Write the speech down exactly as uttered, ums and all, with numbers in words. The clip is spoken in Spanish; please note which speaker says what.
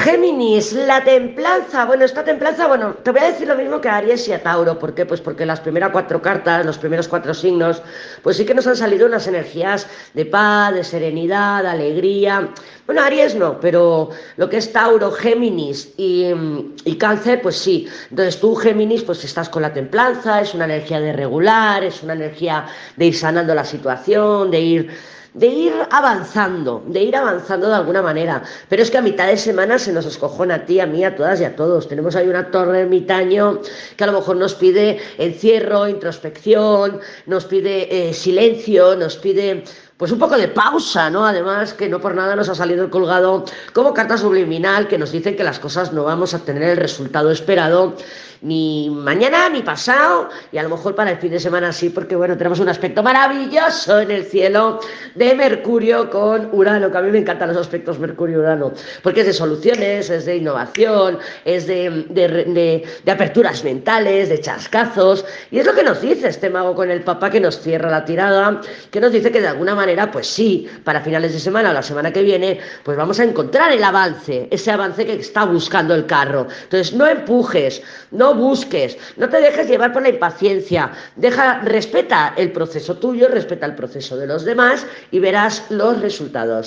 Speaker 1: Géminis, la templanza. Bueno, esta templanza, bueno, te voy a decir lo mismo que a Aries y a Tauro. ¿Por qué? Pues porque las primeras cuatro cartas, los primeros cuatro signos, pues sí que nos han salido unas energías de paz, de serenidad, de alegría. Bueno, Aries no, pero lo que es Tauro, Géminis y, y Cáncer, pues sí. Entonces tú, Géminis, pues estás con la templanza, es una energía de regular, es una energía de ir sanando la situación, de ir de ir avanzando, de ir avanzando de alguna manera. Pero es que a mitad de semana se nos escojona a ti, a mí, a todas y a todos. Tenemos ahí una torre ermitaño que a lo mejor nos pide encierro, introspección, nos pide eh, silencio, nos pide pues un poco de pausa, ¿no? Además, que no por nada nos ha salido el colgado como carta subliminal que nos dice que las cosas no vamos a tener el resultado esperado ni mañana ni pasado, y a lo mejor para el fin de semana sí, porque bueno, tenemos un aspecto maravilloso en el cielo de Mercurio con Urano, que a mí me encantan los aspectos Mercurio-Urano, porque es de soluciones, es de innovación, es de, de, de, de aperturas mentales, de chascazos, y es lo que nos dice este mago con el papá que nos cierra la tirada, que nos dice que de alguna manera, pues sí, para finales de semana o la semana que viene, pues vamos a encontrar el avance, ese avance que está buscando el carro. Entonces, no empujes, no busques, no te dejes llevar por la impaciencia, deja, respeta el proceso tuyo, respeta el proceso de los demás y verás los resultados.